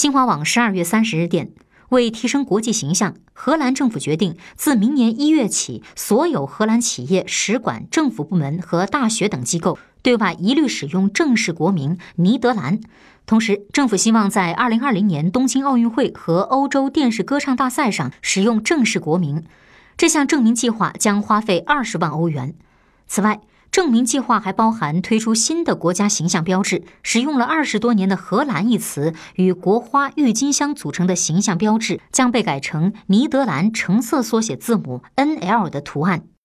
新华网12月30日电，为提升国际形象，荷兰政府决定自明年1月起，所有荷兰企业、使馆、政府部门和大学等机构对外一律使用正式国名尼德兰。同时，政府希望在2020年东京奥运会和欧洲电视歌唱大赛上使用正式国名。这项证明计划将花费20万欧元。此外，证明计划还包含推出新的国家形象标志，使用了20多年的荷兰一词与国花郁金香组成的形象标志将被改成尼德兰橙色缩写字母 NL 的图案。